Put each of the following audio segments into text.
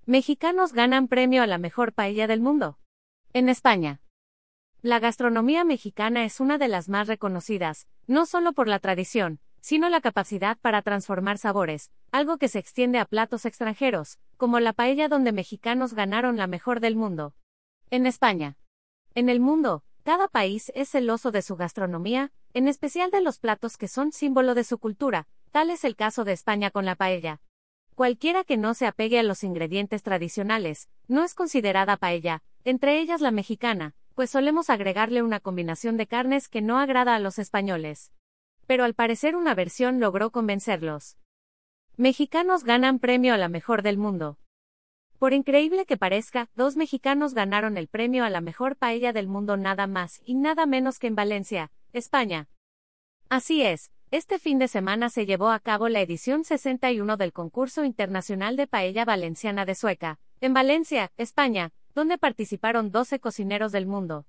Mexicanos ganan premio a la mejor paella del mundo. En España. La gastronomía mexicana es una de las más reconocidas, no solo por la tradición, sino la capacidad para transformar sabores, algo que se extiende a platos extranjeros, como la paella donde mexicanos ganaron la mejor del mundo. En España. En el mundo, cada país es celoso de su gastronomía, en especial de los platos que son símbolo de su cultura, tal es el caso de España con la paella. Cualquiera que no se apegue a los ingredientes tradicionales, no es considerada paella, entre ellas la mexicana, pues solemos agregarle una combinación de carnes que no agrada a los españoles. Pero al parecer una versión logró convencerlos. Mexicanos ganan premio a la mejor del mundo. Por increíble que parezca, 2 mexicanos ganaron el premio a la mejor paella del mundo nada más y nada menos que en Valencia, España. Así es. Este fin de semana se llevó a cabo la edición 61 del Concurso Internacional de Paella Valenciana de Sueca, en Valencia, España, donde participaron 12 cocineros del mundo.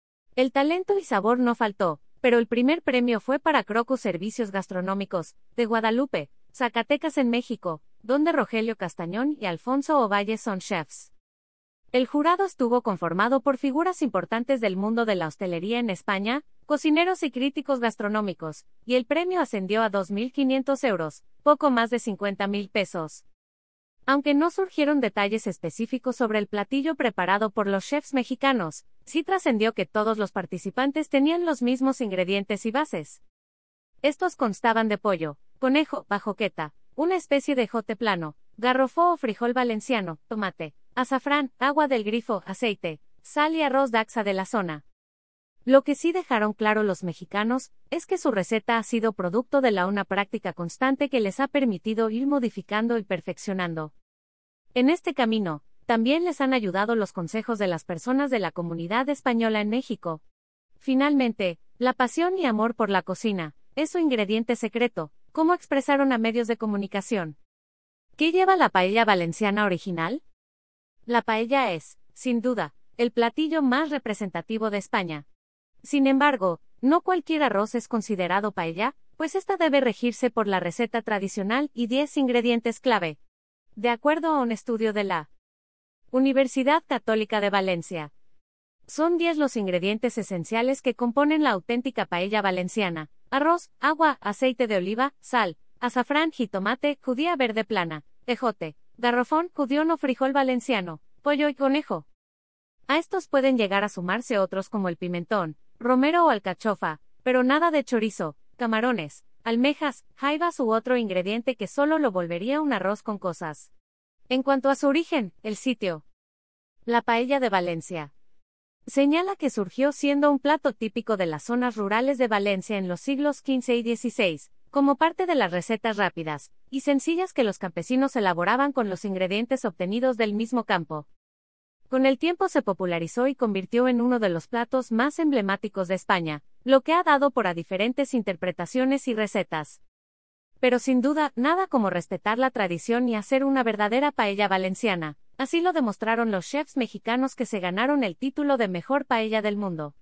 El talento y sabor no faltó, pero el primer premio fue para Crocus Servicios Gastronómicos, de Guadalupe, Zacatecas en México, donde Rogelio Castañón y Alfonso Ovalle son chefs. El jurado estuvo conformado por figuras importantes del mundo de la hostelería en España, cocineros y críticos gastronómicos, y el premio ascendió a 2.500 euros, poco más de 50.000 pesos. Aunque no surgieron detalles específicos sobre el platillo preparado por los chefs mexicanos, sí trascendió que todos los participantes tenían los mismos ingredientes y bases. Estos constaban de pollo, conejo, bajoqueta, una especie de jote plano, garrofó o frijol valenciano, tomate, azafrán, agua del grifo, aceite, sal y arroz daxa de la zona. Lo que sí dejaron claro los mexicanos, es que su receta ha sido producto de una práctica constante que les ha permitido ir modificando y perfeccionando. En este camino, también les han ayudado los consejos de las personas de la comunidad española en México. Finalmente, la pasión y amor por la cocina, es su ingrediente secreto, como expresaron a medios de comunicación. ¿Qué lleva la paella valenciana original? La paella es, sin duda, el platillo más representativo de España. Sin embargo, no cualquier arroz es considerado paella, pues esta debe regirse por la receta tradicional y 10 ingredientes clave. De acuerdo a un estudio de la Universidad Católica de Valencia, son 10 los ingredientes esenciales que componen la auténtica paella valenciana: arroz, agua, aceite de oliva, sal, azafrán, jitomate, judía verde plana, ejote, garrofón, judión o frijol valenciano, pollo y conejo. A estos pueden llegar a sumarse otros como el pimentón, romero o alcachofa, pero nada de chorizo, camarones, almejas, jaivas u otro ingrediente que solo lo volvería un arroz con cosas. En cuanto a su origen, el sitio. La paella de Valencia señala que surgió siendo un plato típico de las zonas rurales de Valencia en los siglos XV y XVI, como parte de las recetas rápidas y sencillas que los campesinos elaboraban con los ingredientes obtenidos del mismo campo. Con el tiempo se popularizó y convirtió en uno de los platos más emblemáticos de España, lo que ha dado por a diferentes interpretaciones y recetas. Pero sin duda, nada como respetar la tradición y hacer una verdadera paella valenciana. Así lo demostraron los chefs mexicanos que se ganaron el título de mejor paella del mundo.